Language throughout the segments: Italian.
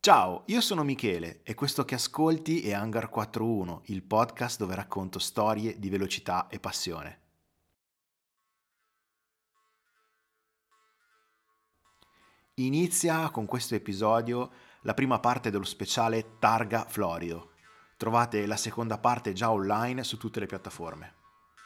Ciao, io sono Michele e questo che ascolti è Hangar 41, il podcast dove racconto storie di velocità e passione. Inizia con questo episodio la prima parte dello speciale Targa Florido. Trovate la seconda parte già online su tutte le piattaforme.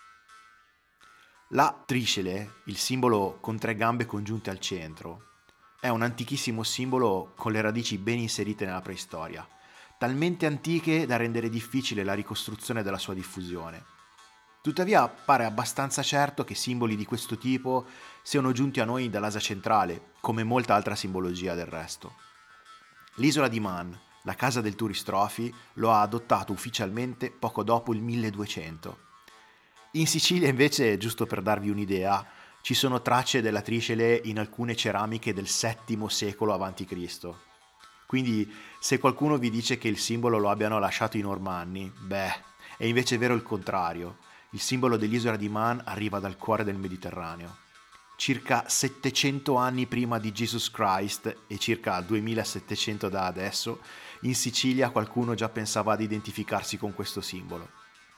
La triscele, il simbolo con tre gambe congiunte al centro, è un antichissimo simbolo con le radici ben inserite nella preistoria, talmente antiche da rendere difficile la ricostruzione della sua diffusione. Tuttavia pare abbastanza certo che simboli di questo tipo siano giunti a noi dall'Asia centrale, come molta altra simbologia del resto. L'isola di Man, la casa del turistrofi, lo ha adottato ufficialmente poco dopo il 1200. In Sicilia invece, giusto per darvi un'idea, ci sono tracce della triscele in alcune ceramiche del VII secolo a.C. Quindi se qualcuno vi dice che il simbolo lo abbiano lasciato i Normanni, è invece vero il contrario. Il simbolo dell'isola di Man arriva dal cuore del Mediterraneo. Circa 700 anni prima di Jesus Christ e circa 2700 da adesso, in Sicilia qualcuno già pensava ad identificarsi con questo simbolo.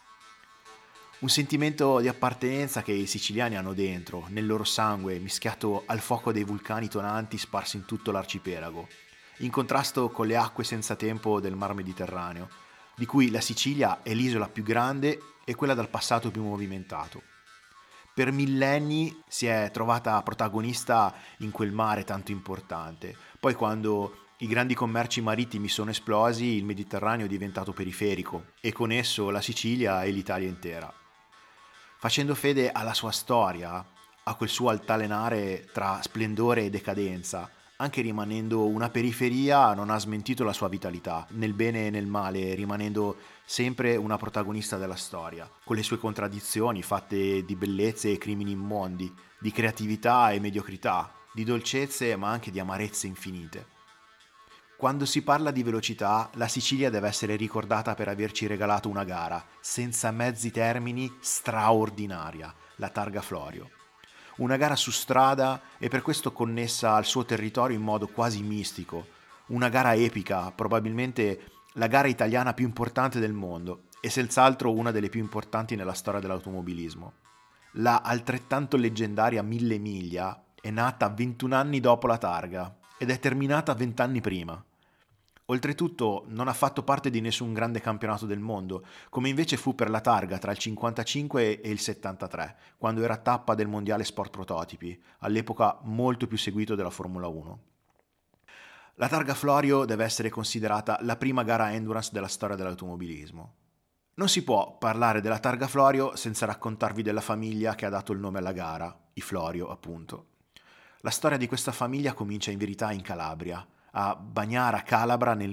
Un sentimento di appartenenza che i siciliani hanno dentro, nel loro sangue, mischiato al fuoco dei vulcani tonanti sparsi in tutto l'arcipelago, in contrasto con le acque senza tempo del Mar Mediterraneo, di cui la Sicilia è l'isola più grande e quella dal passato più movimentato. Per millenni si è trovata protagonista in quel mare tanto importante. Poi quando i grandi commerci marittimi sono esplosi, il Mediterraneo è diventato periferico e con esso la Sicilia e l'Italia intera. Facendo fede alla sua storia, a quel suo altalenare tra splendore e decadenza, anche rimanendo una periferia, non ha smentito la sua vitalità, nel bene e nel male, rimanendo sempre una protagonista della storia, con le sue contraddizioni fatte di bellezze e crimini immondi, di creatività e mediocrità, di dolcezze ma anche di amarezze infinite. Quando si parla di velocità, la Sicilia deve essere ricordata per averci regalato una gara, senza mezzi termini, straordinaria, la Targa Florio. Una gara su strada e per questo connessa al suo territorio in modo quasi mistico. Una gara epica, probabilmente la gara italiana più importante del mondo e senz'altro una delle più importanti nella storia dell'automobilismo. La altrettanto leggendaria Mille Miglia è nata 21 anni dopo la targa ed è terminata 20 anni prima. Oltretutto non ha fatto parte di nessun grande campionato del mondo, come invece fu per la targa tra il 55 e il 73, quando era tappa del mondiale sport prototipi, all'epoca molto più seguito della Formula 1. La targa Florio deve essere considerata la prima gara endurance della storia dell'automobilismo. Non si può parlare della targa Florio senza raccontarvi della famiglia che ha dato il nome alla gara, i Florio appunto. La storia di questa famiglia comincia in verità in Calabria. A Bagnara Calabra nel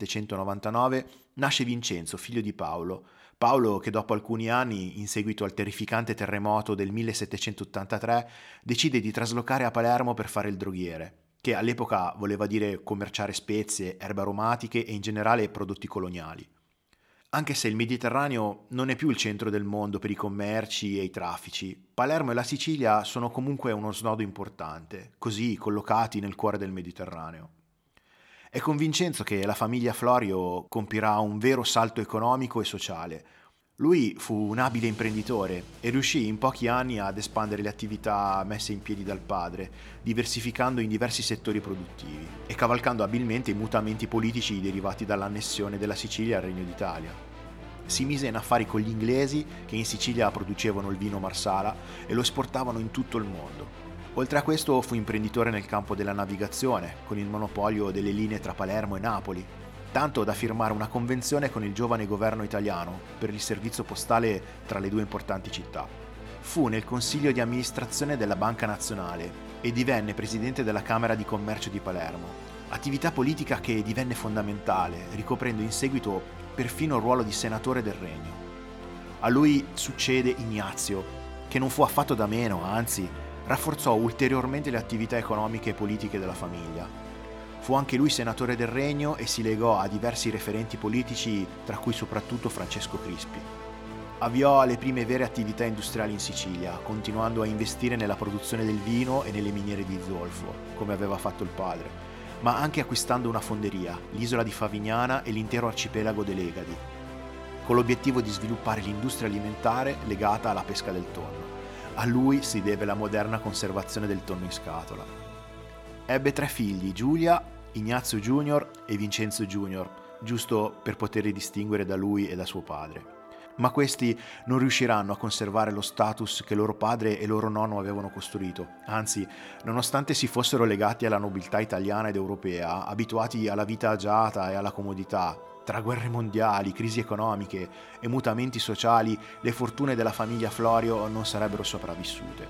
1799 nasce Vincenzo, figlio di Paolo. Paolo che dopo alcuni anni, in seguito al terrificante terremoto del 1783, decide di traslocare a Palermo per fare il droghiere, che all'epoca voleva dire commerciare spezie, erbe aromatiche e in generale prodotti coloniali. Anche se il Mediterraneo non è più il centro del mondo per i commerci e i traffici, Palermo e la Sicilia sono comunque uno snodo importante, così collocati nel cuore del Mediterraneo. È con Vincenzo che la famiglia Florio compirà un vero salto economico e sociale. Lui fu un abile imprenditore e riuscì in pochi anni ad espandere le attività messe in piedi dal padre, diversificando in diversi settori produttivi e cavalcando abilmente i mutamenti politici derivati dall'annessione della Sicilia al Regno d'Italia. Si mise in affari con gli inglesi che in Sicilia producevano il vino Marsala e lo esportavano in tutto il mondo. Oltre a questo fu imprenditore nel campo della navigazione, con il monopolio delle linee tra Palermo e Napoli, tanto da firmare una convenzione con il giovane governo italiano per il servizio postale tra le due importanti città. Fu nel consiglio di amministrazione della Banca Nazionale e divenne presidente della Camera di Commercio di Palermo, attività politica che divenne fondamentale, ricoprendo in seguito perfino il ruolo di senatore del Regno. A lui succede Ignazio, che non fu affatto da meno, anzi rafforzò ulteriormente le attività economiche e politiche della famiglia. Fu anche lui senatore del Regno e si legò a diversi referenti politici, tra cui soprattutto Francesco Crispi. Avviò le prime vere attività industriali in Sicilia, continuando a investire nella produzione del vino e nelle miniere di zolfo, come aveva fatto il padre, ma anche acquistando una fonderia, l'isola di Favignana e l'intero arcipelago delle Egadi, con l'obiettivo di sviluppare l'industria alimentare legata alla pesca del tonno. A lui si deve la moderna conservazione del tonno in scatola. Ebbe 3 figli, Giulia, Ignazio Junior e Vincenzo Junior, giusto per poterli distinguere da lui e da suo padre. Ma questi non riusciranno a conservare lo status che loro padre e loro nonno avevano costruito. Anzi, nonostante si fossero legati alla nobiltà italiana ed europea, abituati alla vita agiata e alla comodità, tra guerre mondiali, crisi economiche e mutamenti sociali, le fortune della famiglia Florio non sarebbero sopravvissute.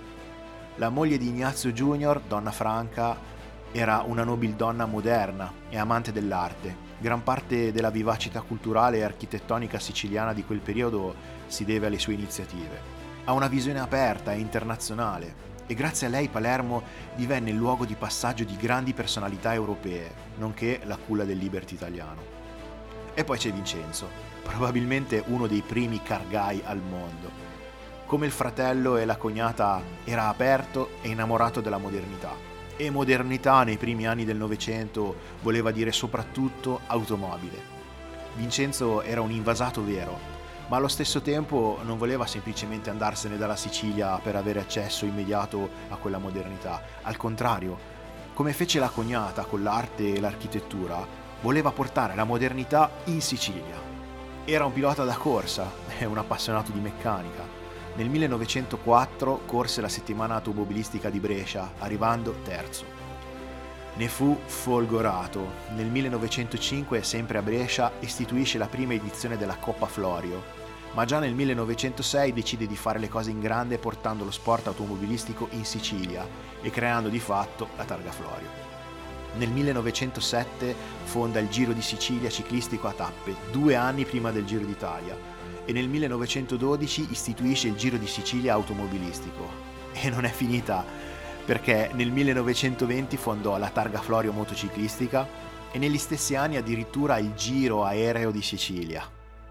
La moglie di Ignazio Junior, donna Franca, era una nobildonna moderna e amante dell'arte. Gran parte della vivacità culturale e architettonica siciliana di quel periodo si deve alle sue iniziative. Ha una visione aperta e internazionale e grazie a lei Palermo divenne il luogo di passaggio di grandi personalità europee, nonché la culla del Liberty italiano. E poi c'è Vincenzo, probabilmente uno dei primi car guy al mondo. Come il fratello e la cognata era aperto e innamorato della modernità. E modernità nei primi anni del Novecento voleva dire soprattutto automobile. Vincenzo era un invasato vero, ma allo stesso tempo non voleva semplicemente andarsene dalla Sicilia per avere accesso immediato a quella modernità. Al contrario, come fece la cognata con l'arte e l'architettura, voleva portare la modernità in Sicilia. Era un pilota da corsa e un appassionato di meccanica. Nel 1904 corse la settimana automobilistica di Brescia, arrivando terzo. Ne fu folgorato. Nel 1905, sempre a Brescia, istituisce la prima edizione della Coppa Florio, ma già nel 1906 decide di fare le cose in grande portando lo sport automobilistico in Sicilia e creando di fatto la targa Florio. Nel 1907 fonda il Giro di Sicilia ciclistico a tappe, 2 anni prima del Giro d'Italia, e nel 1912 istituisce il Giro di Sicilia automobilistico. E non è finita, perché nel 1920 fondò la Targa Florio motociclistica e negli stessi anni addirittura il Giro aereo di Sicilia.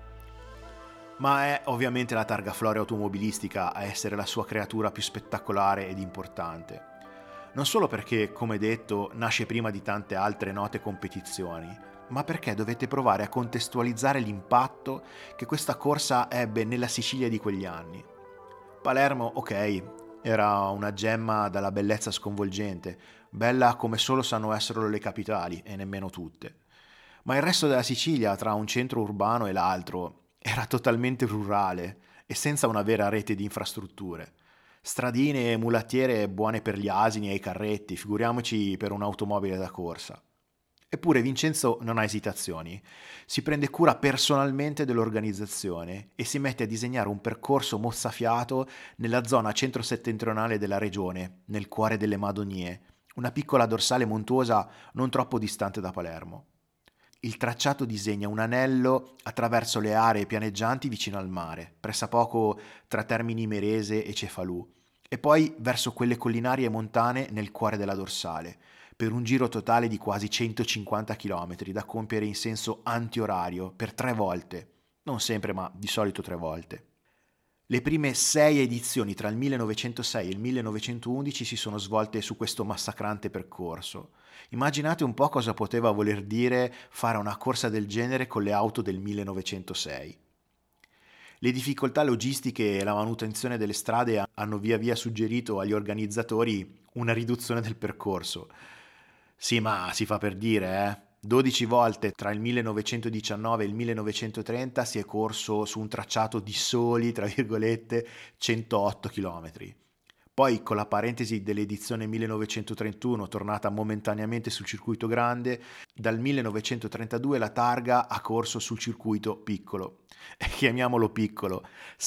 Ma è ovviamente la Targa Florio automobilistica a essere la sua creatura più spettacolare ed importante. Non solo perché, come detto, nasce prima di tante altre note competizioni, ma perché dovete provare a contestualizzare l'impatto che questa corsa ebbe nella Sicilia di quegli anni. Palermo, ok, era una gemma dalla bellezza sconvolgente, bella come solo sanno esserlo le capitali, e nemmeno tutte. Ma il resto della Sicilia, tra un centro urbano e l'altro, era totalmente rurale e senza una vera rete di infrastrutture. Stradine e mulattiere buone per gli asini e i carretti, figuriamoci per un'automobile da corsa. Eppure Vincenzo non ha esitazioni, si prende cura personalmente dell'organizzazione e si mette a disegnare un percorso mozzafiato nella zona centro-settentrionale della regione, nel cuore delle Madonie, una piccola dorsale montuosa non troppo distante da Palermo. Il tracciato disegna un anello attraverso le aree pianeggianti vicino al mare, pressappoco tra Termini Imerese e Cefalù, e poi verso quelle collinari e montane nel cuore della dorsale, per un giro totale di quasi 150 km da compiere in senso antiorario per 3 volte, non sempre ma di solito 3 volte. Le prime 6 edizioni tra il 1906 e il 1911 si sono svolte su questo massacrante percorso. Immaginate un po' cosa poteva voler dire fare una corsa del genere con le auto del 1906. Le difficoltà logistiche e la manutenzione delle strade hanno via via suggerito agli organizzatori una riduzione del percorso. Sì, ma si fa per dire, 12 volte tra il 1919 e il 1930 si è corso su un tracciato di soli, tra virgolette, 108 km. Poi, con la parentesi dell'edizione 1931, tornata momentaneamente sul circuito grande, dal 1932 la targa ha corso sul circuito piccolo. Chiamiamolo piccolo,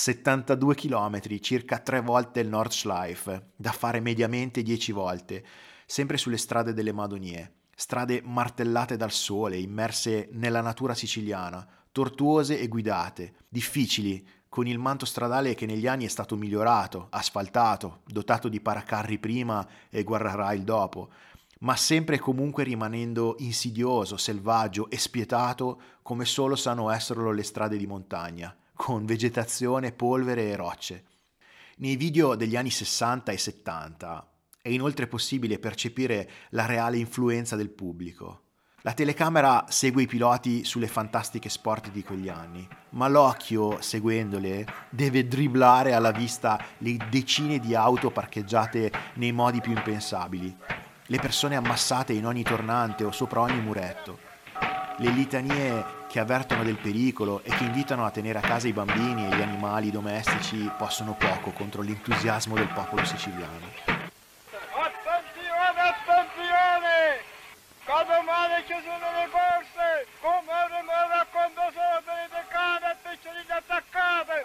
72 km, circa 3 volte il Nordschleife, da fare mediamente 10 volte, sempre sulle strade delle Madonie, strade martellate dal sole, immerse nella natura siciliana, tortuose e guidate, difficili, con il manto stradale che negli anni è stato migliorato, asfaltato, dotato di paracarri prima e guardrail dopo, ma sempre e comunque rimanendo insidioso, selvaggio e spietato come solo sanno esserlo le strade di montagna, con vegetazione, polvere e rocce. Nei video degli anni 60 e 70 È inoltre possibile percepire la reale influenza del pubblico. La telecamera segue i piloti sulle fantastiche sport di quegli anni, ma l'occhio, seguendole, deve dribblare alla vista le decine di auto parcheggiate nei modi più impensabili, le persone ammassate in ogni tornante o sopra ogni muretto, le litanie che avvertono del pericolo e che invitano a tenere a casa i bambini e gli animali domestici possono poco contro l'entusiasmo del popolo siciliano. Domani ci sono le corse, come mi racconto solo delle cane e picciolini attaccate.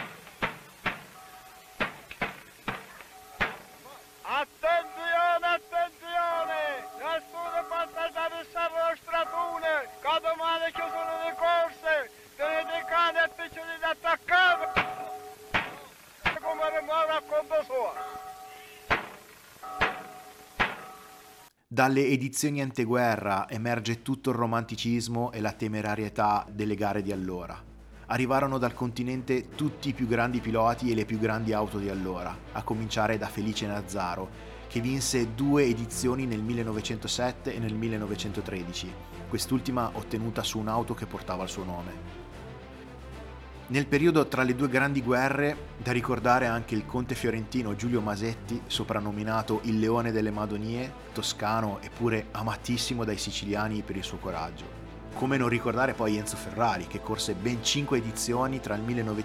Attenzione, attenzione, nessuno può attraversare lo stradone, che domani ci sono le corse, delle cane e picciolini attaccate. Come mi racconto solo. Dalle edizioni anteguerra emerge tutto il romanticismo e la temerarietà delle gare di allora. Arrivarono dal continente tutti i più grandi piloti e le più grandi auto di allora, a cominciare da Felice Nazzaro, che vinse 2 edizioni nel 1907 e nel 1913, quest'ultima ottenuta su un'auto che portava il suo nome. Nel periodo tra le 2 grandi guerre, da ricordare anche il conte fiorentino Giulio Masetti, soprannominato il Leone delle Madonie, toscano eppure amatissimo dai siciliani per il suo coraggio. Come non ricordare poi Enzo Ferrari, che corse ben 5 edizioni tra il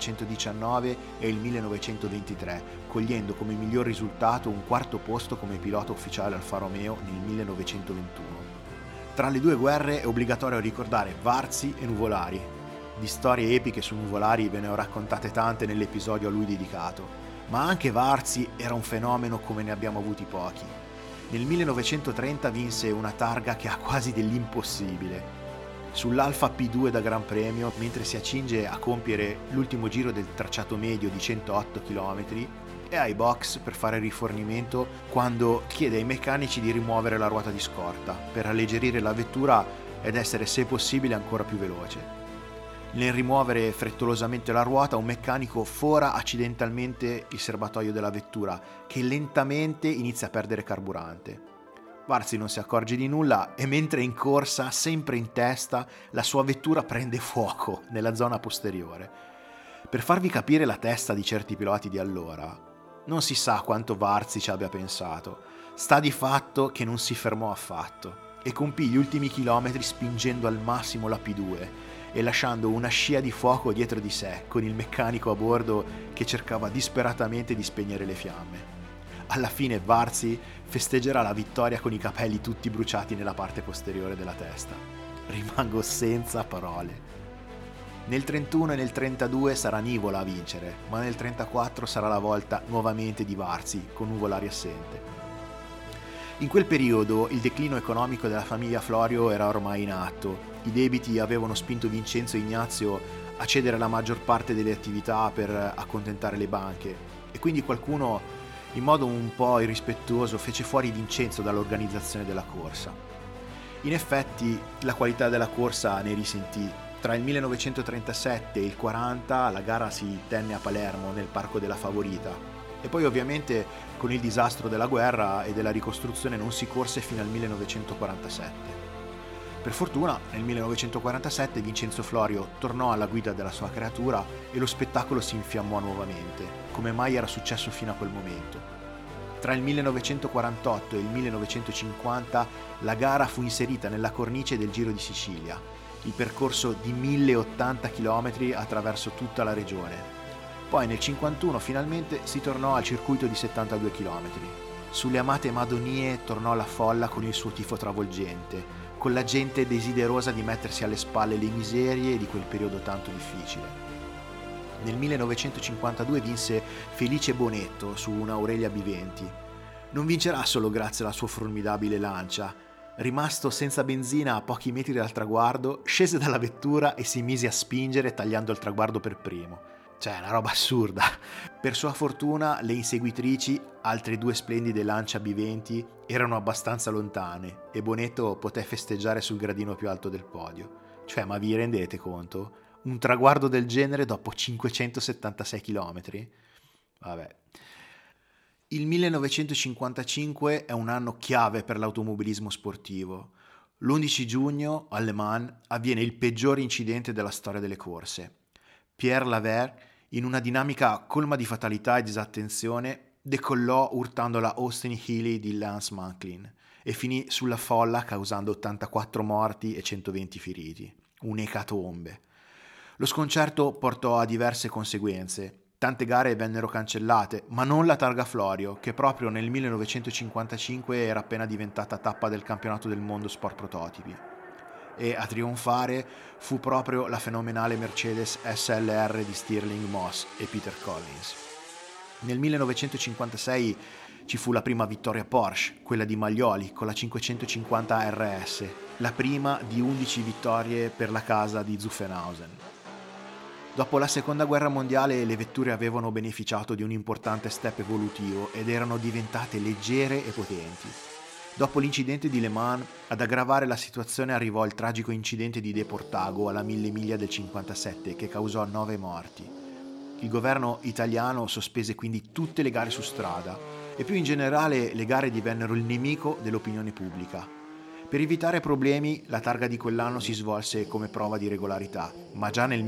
1919 e il 1923, cogliendo come miglior risultato un 4° posto come pilota ufficiale Alfa Romeo nel 1921. Tra le 2 guerre è obbligatorio ricordare Varzi e Nuvolari. Di storie epiche su Nuvolari ve ne ho raccontate tante nell'episodio a lui dedicato, ma anche Varzi era un fenomeno come ne abbiamo avuti pochi. Nel 1930 vinse una targa che ha quasi dell'impossibile. Sull'Alfa P2 da Gran Premio, mentre si accinge a compiere l'ultimo giro del tracciato medio di 108 km, è ai box per fare rifornimento quando chiede ai meccanici di rimuovere la ruota di scorta per alleggerire la vettura ed essere, se possibile, ancora più veloce. Nel rimuovere frettolosamente la ruota, un meccanico fora accidentalmente il serbatoio della vettura, che lentamente inizia a perdere carburante. Varzi non si accorge di nulla e mentre è in corsa, sempre in testa, la sua vettura prende fuoco nella zona posteriore. Per farvi capire la testa di certi piloti di allora, non si sa quanto Varzi ci abbia pensato. Sta di fatto che non si fermò affatto e compì gli ultimi chilometri spingendo al massimo la P2 e lasciando una scia di fuoco dietro di sé, con il meccanico a bordo che cercava disperatamente di spegnere le fiamme. Alla fine Varzi festeggerà la vittoria con i capelli tutti bruciati nella parte posteriore della testa. Rimango senza parole. Nel 31 e nel 32 sarà Nivola a vincere, ma nel 34 sarà la volta nuovamente di Varzi, con Nuvolari assente. In quel periodo il declino economico della famiglia Florio era ormai in atto. I debiti avevano spinto Vincenzo e Ignazio a cedere la maggior parte delle attività per accontentare le banche e quindi qualcuno, in modo un po' irrispettoso, fece fuori Vincenzo dall'organizzazione della corsa. In effetti la qualità della corsa ne risentì. Tra il 1937 e il 40 la gara si tenne a Palermo nel Parco della Favorita e poi ovviamente con il disastro della guerra e della ricostruzione non si corse fino al 1947. Per fortuna nel 1947 Vincenzo Florio tornò alla guida della sua creatura e lo spettacolo si infiammò nuovamente, come mai era successo fino a quel momento. Tra il 1948 e il 1950 la gara fu inserita nella cornice del Giro di Sicilia, il percorso di 1080 km attraverso tutta la regione. Poi nel 1951 finalmente si tornò al circuito di 72 km. Sulle amate Madonie tornò la folla con il suo tifo travolgente, con la gente desiderosa di mettersi alle spalle le miserie di quel periodo tanto difficile. Nel 1952 vinse Felice Bonetto su una Aurelia B20. Non vincerà solo grazie alla sua formidabile lancia. Rimasto senza benzina a pochi metri dal traguardo, scese dalla vettura e si mise a spingere tagliando il traguardo per primo. Cioè, una roba assurda. Per sua fortuna, le inseguitrici, altre 2 splendide Lancia B20, erano abbastanza lontane e Bonetto poté festeggiare sul gradino più alto del podio. Cioè, ma vi rendete conto? Un traguardo del genere dopo 576 km? Vabbè. Il 1955 è un anno chiave per l'automobilismo sportivo. L'11 giugno, a Le Mans, avviene il peggior incidente della storia delle corse. Pierre Laver, in una dinamica colma di fatalità e disattenzione, decollò urtando la Austin Healey di Lance Macklin e finì sulla folla causando 84 morti e 120 feriti. Un'ecatombe. Lo sconcerto portò a diverse conseguenze. Tante gare vennero cancellate, ma non la Targa Florio, che proprio nel 1955 era appena diventata tappa del campionato del mondo sport prototipi. E a trionfare fu proprio la fenomenale Mercedes SLR di Stirling Moss e Peter Collins. Nel 1956 ci fu la prima vittoria Porsche, quella di Maglioli, con la 550 RS, la prima di 11 vittorie per la casa di Zuffenhausen. Dopo la seconda guerra mondiale le vetture avevano beneficiato di un importante step evolutivo ed erano diventate leggere e potenti. Dopo l'incidente di Le Mans, ad aggravare la situazione arrivò il tragico incidente di Deportago alla 1000 miglia del 57 che causò 9 morti. Il governo italiano sospese quindi tutte le gare su strada e più in generale le gare divennero il nemico dell'opinione pubblica. Per evitare problemi, la targa di quell'anno si svolse come prova di regolarità, ma già nel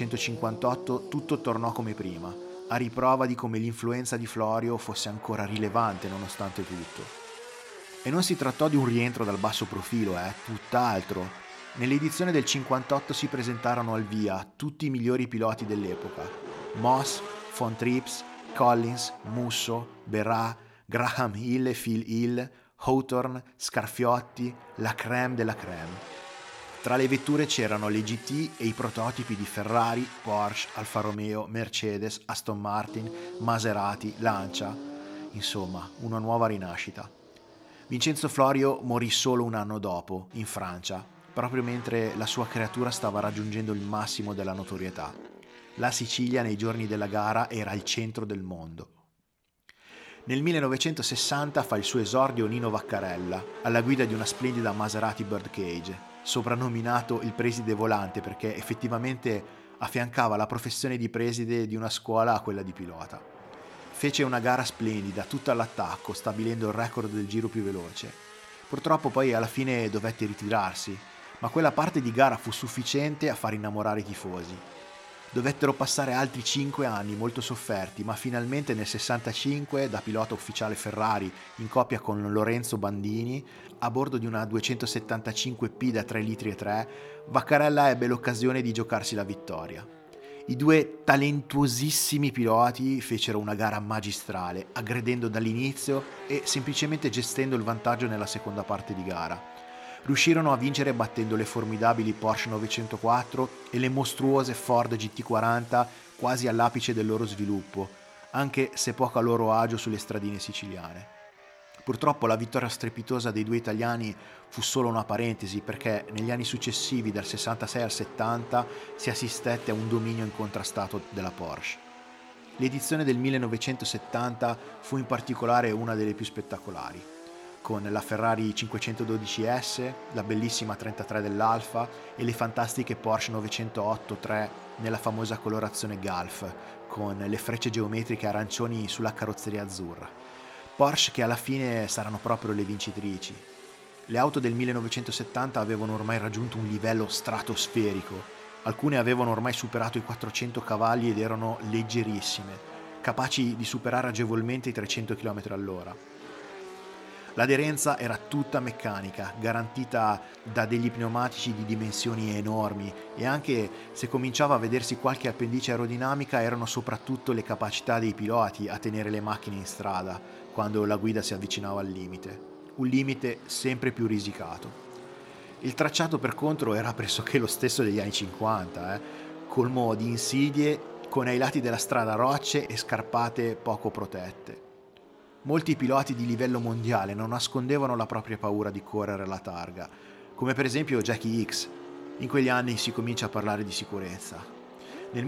1958 tutto tornò come prima, a riprova di come l'influenza di Florio fosse ancora rilevante nonostante tutto. E non si trattò di un rientro dal basso profilo, tutt'altro. Nell'edizione del 58 si presentarono al via tutti i migliori piloti dell'epoca: Moss, Von Trips, Collins, Musso, Berra, Graham Hill e Phil Hill, Hawthorne, Scarfiotti, la crème della crème. Tra le vetture c'erano le GT e i prototipi di Ferrari, Porsche, Alfa Romeo, Mercedes, Aston Martin, Maserati, Lancia. Insomma, una nuova rinascita. Vincenzo Florio morì solo un anno dopo, in Francia, proprio mentre la sua creatura stava raggiungendo il massimo della notorietà. La Sicilia nei giorni della gara era il centro del mondo. Nel 1960 fa il suo esordio Nino Vaccarella, alla guida di una splendida Maserati Birdcage, soprannominato il preside volante perché effettivamente affiancava la professione di preside di una scuola a quella di pilota. Fece una gara splendida, tutta all'attacco, stabilendo il record del giro più veloce. Purtroppo poi alla fine dovette ritirarsi, ma quella parte di gara fu sufficiente a far innamorare i tifosi. Dovettero passare altri 5 anni molto sofferti, ma finalmente nel 65, da pilota ufficiale Ferrari in coppia con Lorenzo Bandini, a bordo di una 275P da 3 litri e 3, Vaccarella ebbe l'occasione di giocarsi la vittoria. I due talentuosissimi piloti fecero una gara magistrale, aggredendo dall'inizio e semplicemente gestendo il vantaggio nella seconda parte di gara. Riuscirono a vincere battendo le formidabili Porsche 904 e le mostruose Ford GT40 quasi all'apice del loro sviluppo, anche se poco a loro agio sulle stradine siciliane. Purtroppo la vittoria strepitosa dei due italiani fu solo una parentesi perché negli anni successivi dal 66 al 70 si assistette a un dominio incontrastato della Porsche. L'edizione del 1970 fu in particolare una delle più spettacolari, con la Ferrari 512S, la bellissima 33 dell'Alfa e le fantastiche Porsche 908-3 nella famosa colorazione Gulf, con le frecce geometriche arancioni sulla carrozzeria azzurra. Porsche che alla fine saranno proprio le vincitrici. Le auto del 1970 avevano ormai raggiunto un livello stratosferico. Alcune avevano ormai superato i 400 cavalli ed erano leggerissime, capaci di superare agevolmente i 300 km all'ora. L'aderenza era tutta meccanica, garantita da degli pneumatici di dimensioni enormi e anche se cominciava a vedersi qualche appendice aerodinamica erano soprattutto le capacità dei piloti a tenere le macchine in strada quando la guida si avvicinava al limite, un limite sempre più risicato. Il tracciato per contro era pressoché lo stesso degli anni 50, colmo di insidie con ai lati della strada rocce e scarpate poco protette. Molti piloti di livello mondiale non nascondevano la propria paura di correre alla targa, come per esempio Jackie Hicks. In quegli anni si comincia a parlare di sicurezza. Nel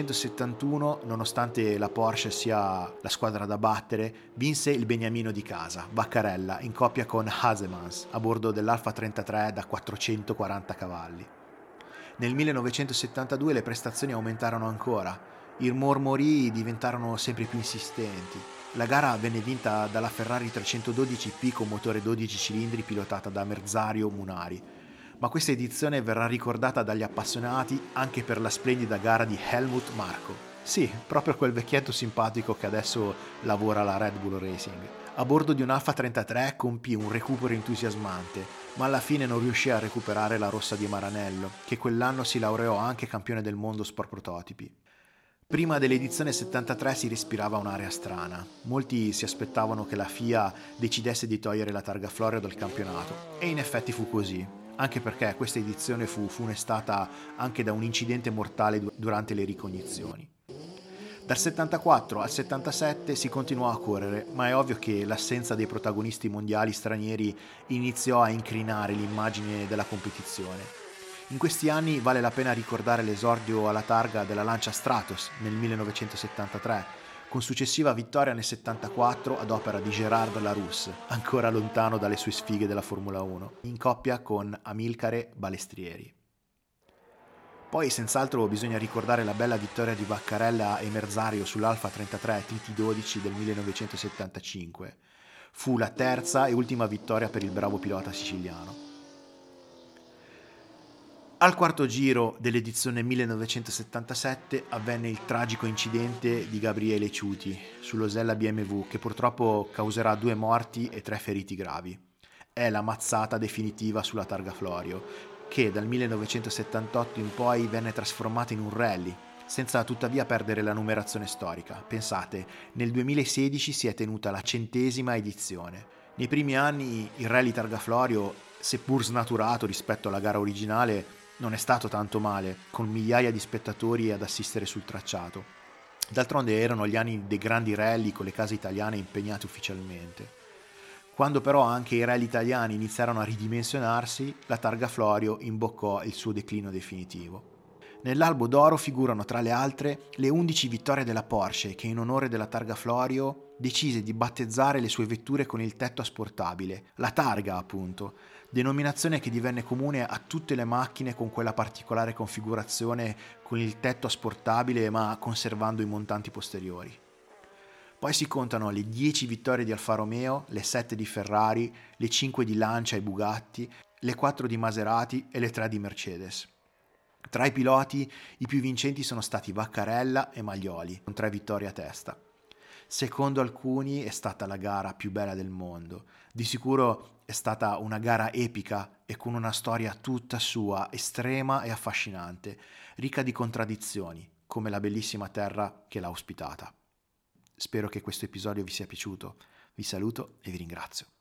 1971, nonostante la Porsche sia la squadra da battere, vinse il beniamino di casa, Vaccarella, in coppia con Hasemans, a bordo dell'Alfa 33 da 440 cavalli. Nel 1972 le prestazioni aumentarono ancora I mormori diventarono sempre più insistenti. La gara venne vinta dalla Ferrari 312P con motore 12 cilindri pilotata da Merzario Munari, ma questa edizione verrà ricordata dagli appassionati anche per la splendida gara di Helmut Marko. Sì, proprio quel vecchietto simpatico che adesso lavora alla Red Bull Racing. A bordo di un Alfa 33 compì un recupero entusiasmante, ma alla fine non riuscì a recuperare la rossa di Maranello, che quell'anno si laureò anche campione del mondo sport prototipi. Prima dell'edizione 73 si respirava un'area strana. Molti si aspettavano che la FIA decidesse di togliere la targa Florio dal campionato, e in effetti fu così, anche perché questa edizione fu funestata anche da un incidente mortale durante le ricognizioni. Dal 74 al 77 si continuò a correre, ma è ovvio che l'assenza dei protagonisti mondiali stranieri iniziò a incrinare l'immagine della competizione. In questi anni vale la pena ricordare l'esordio alla targa della Lancia Stratos nel 1973, con successiva vittoria nel 74 ad opera di Gérard Larousse, ancora lontano dalle sue sfighe della Formula 1, in coppia con Amilcare Balestrieri. Poi senz'altro bisogna ricordare la bella vittoria di Vaccarella e Merzario sull'Alfa 33 TT12 del 1975. Fu la terza e ultima vittoria per il bravo pilota siciliano. Al quarto giro dell'edizione 1977 avvenne il tragico incidente di Gabriele Ciuti sull'Osella BMW che purtroppo causerà 2 morti e 3 feriti gravi. È la mazzata definitiva sulla targa Florio, che dal 1978 in poi venne trasformata in un rally, senza tuttavia perdere la numerazione storica. Pensate, nel 2016 si è tenuta la 100ª edizione. Nei primi anni il rally targa Florio, seppur snaturato rispetto alla gara originale, non è stato tanto male, con migliaia di spettatori ad assistere sul tracciato. D'altronde erano gli anni dei grandi rally con le case italiane impegnate ufficialmente. Quando però anche i rally italiani iniziarono a ridimensionarsi, la targa Florio imboccò il suo declino definitivo. Nell'albo d'oro figurano tra le altre le 11 vittorie della Porsche che in onore della targa Florio decise di battezzare le sue vetture con il tetto asportabile, la targa appunto, denominazione che divenne comune a tutte le macchine con quella particolare configurazione con il tetto asportabile ma conservando i montanti posteriori. Poi si contano le 10 vittorie di Alfa Romeo, le 7 di Ferrari, le 5 di Lancia e Bugatti, le 4 di Maserati e le 3 di Mercedes. Tra i piloti i più vincenti sono stati Vaccarella e Maglioli, con 3 vittorie a testa. Secondo alcuni è stata la gara più bella del mondo. Di sicuro è stata una gara epica e con una storia tutta sua, estrema e affascinante, ricca di contraddizioni, come la bellissima terra che l'ha ospitata. Spero che questo episodio vi sia piaciuto. Vi saluto e vi ringrazio.